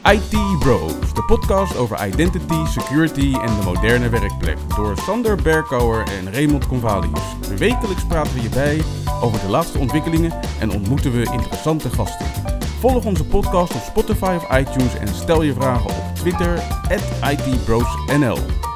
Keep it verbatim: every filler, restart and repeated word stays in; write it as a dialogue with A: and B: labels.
A: I T Bros, de podcast over identity, security en de moderne werkplek. Door Sander Berkouwer en Raymond Convalius. Wekelijks praten we je bij over de laatste ontwikkelingen en ontmoeten we interessante gasten. Volg onze podcast op Spotify of iTunes en stel je vragen op Twitter at I T Bros N L.